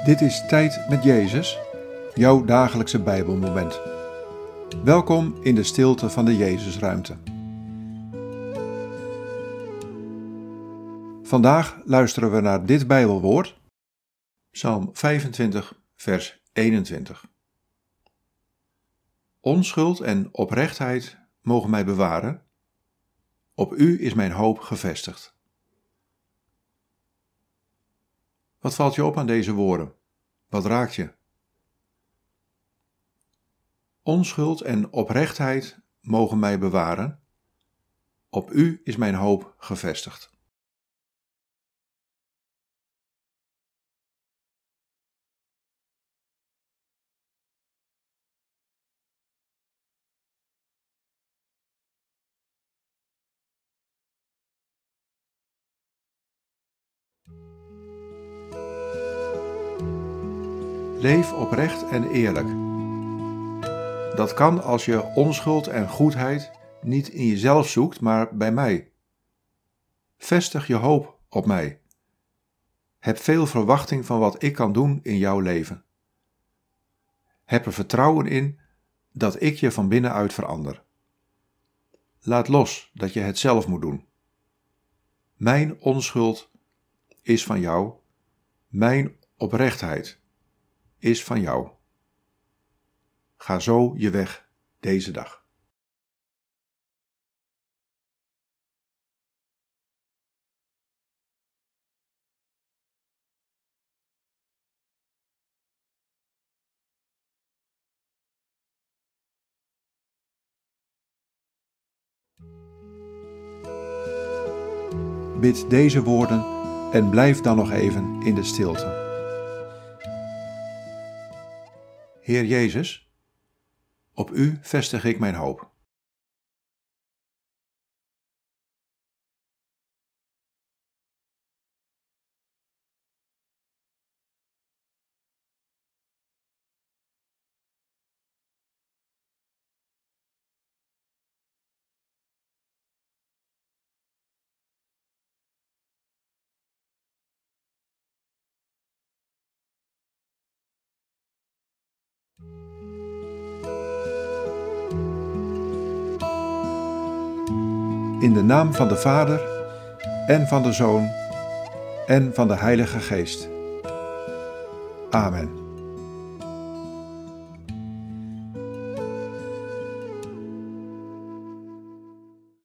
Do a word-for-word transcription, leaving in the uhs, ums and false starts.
Dit is Tijd met Jezus, jouw dagelijkse Bijbelmoment. Welkom in de stilte van de Jezusruimte. Vandaag luisteren we naar dit Bijbelwoord, Psalm vijfentwintig, vers eenentwintig. Onschuld en oprechtheid mogen mij bewaren. Op u is mijn hoop gevestigd. Wat valt je op aan deze woorden? Wat raakt je? Onschuld en oprechtheid mogen mij bewaren. Op u is mijn hoop gevestigd. Leef oprecht en eerlijk. Dat kan als je onschuld en goedheid niet in jezelf zoekt, maar bij mij. Vestig je hoop op mij. Heb veel verwachting van wat ik kan doen in jouw leven. Heb er vertrouwen in dat ik je van binnenuit verander. Laat los dat je het zelf moet doen. Mijn onschuld is van jou. Mijn oprechtheid is van jou. Ga zo je weg deze dag. Bid deze woorden en blijf dan nog even in de stilte. Heer Jezus, op u vestig ik mijn hoop. In de naam van de Vader, en van de Zoon, en van de Heilige Geest. Amen.